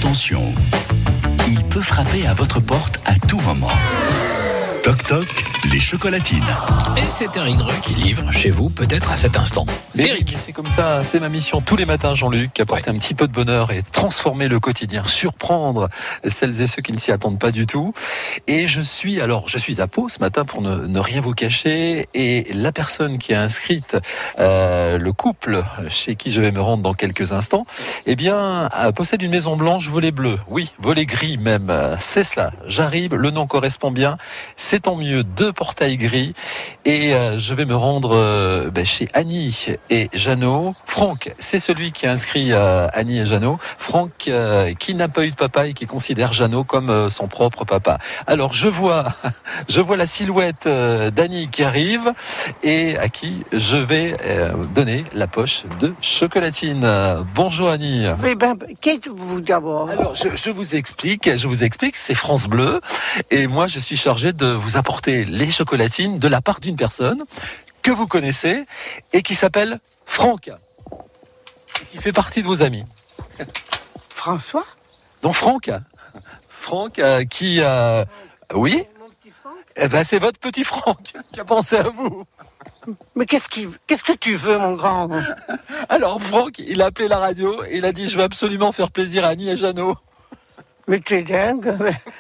Attention, il peut frapper à votre porte à tout moment. Toc toc, les chocolatines. Et c'est Eric Dreux qui livre chez vous, peut-être à cet instant. Eric, c'est comme ça, c'est ma mission tous les matins, Jean-Luc, apporter un petit peu de bonheur et transformer le quotidien, surprendre celles et ceux qui ne s'y attendent pas du tout. Et je suis à Pau ce matin pour ne rien vous cacher. Et la personne qui a inscrite le couple chez qui je vais me rendre dans quelques instants, eh bien, possède une maison blanche volet bleu. Oui, volet gris même. C'est cela. J'arrive, le nom correspond bien. C'est tant mieux, 2 portails gris. Et je vais me rendre chez Annie et Jeannot. Franck, c'est celui qui a inscrit Annie et Jeannot. Franck qui n'a pas eu de papa et qui considère Jeannot comme son propre papa. Alors je vois la silhouette d'Annie qui arrive et à qui je vais donner la poche de chocolatine. Bonjour Annie. Oui, qu'êtes-vous d'abord? Alors je vous explique, c'est France Bleu et moi je suis chargé de vous apporter les chocolatines de la part d'une personne que vous connaissez et qui s'appelle Franck, qui fait partie de vos amis. François? Donc Franck qui... oui, eh ben, c'est votre petit Franck qui a pensé à vous. Mais qu'est-ce que tu veux, mon grand? Alors Franck, il a appelé la radio et il a dit « Je veux absolument faire plaisir à Annie et Jeannot ». Mais tu es dingue.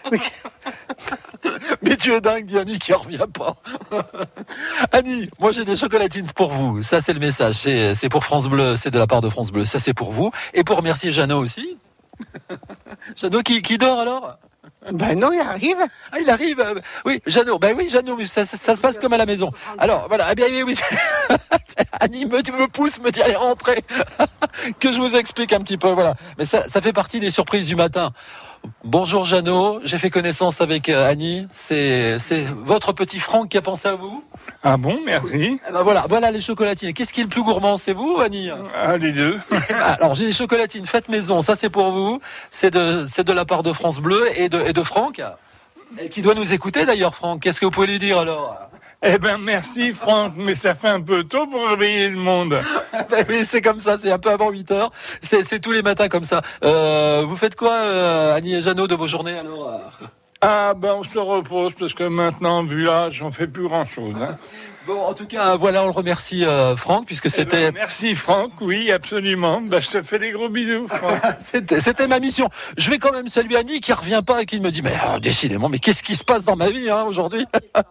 Mais tu es dingue, dit Annie qui ne revient pas. Annie, moi j'ai des chocolatines pour vous. Ça c'est le message, c'est pour France Bleu, c'est de la part de France Bleu. Ça c'est pour vous. Et pour remercier Jeannot aussi. Jeannot qui dort alors? Ben non, il arrive. Ah, il arrive. Oui, Jeannot. Ben oui, Jeannot. Ça se passe comme à la maison. Alors voilà. Eh bien oui. Annie me pousse, me dit allez rentrer. Que je vous explique un petit peu. Voilà. Mais ça fait partie des surprises du matin. Bonjour Jeannot. J'ai fait connaissance avec Annie. C'est votre petit Franck qui a pensé à vous. Ah bon, merci. Eh ben voilà les chocolatines. Qu'est-ce qui est le plus gourmand, c'est vous, Annie? Ah, les deux. Alors j'ai des chocolatines faites maison. Ça c'est pour vous. C'est de la part de France Bleu et de Franck. Et qui doit nous écouter d'ailleurs, Franck. Qu'est-ce que vous pouvez lui dire alors? Eh ben merci Franck, mais ça fait un peu tôt pour réveiller le monde. Ben oui, c'est comme ça, c'est un peu avant 8h. C'est tous les matins comme ça. Vous faites quoi, Annie et Jeannot, de vos journées alors? Ah ben on se repose parce que maintenant, vu l'âge, on fait plus grand-chose. Hein. Bon, en tout cas, voilà, on le remercie Franck, puisque c'était... Ben, merci Franck, oui, absolument. Ben, je te fais des gros bisous, Franck. C'était ma mission. Je vais quand même saluer Annie qui revient pas et qui me dit, mais décidément, mais qu'est-ce qui se passe dans ma vie aujourd'hui?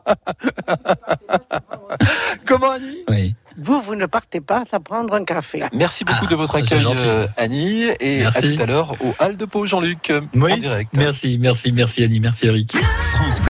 Comment Annie? Oui. Vous ne partez pas à prendre un café. Merci beaucoup de votre accueil, Annie, et merci. À tout à l'heure au Hall de Pau, Jean-Luc, en direct. Merci Annie, merci Eric. France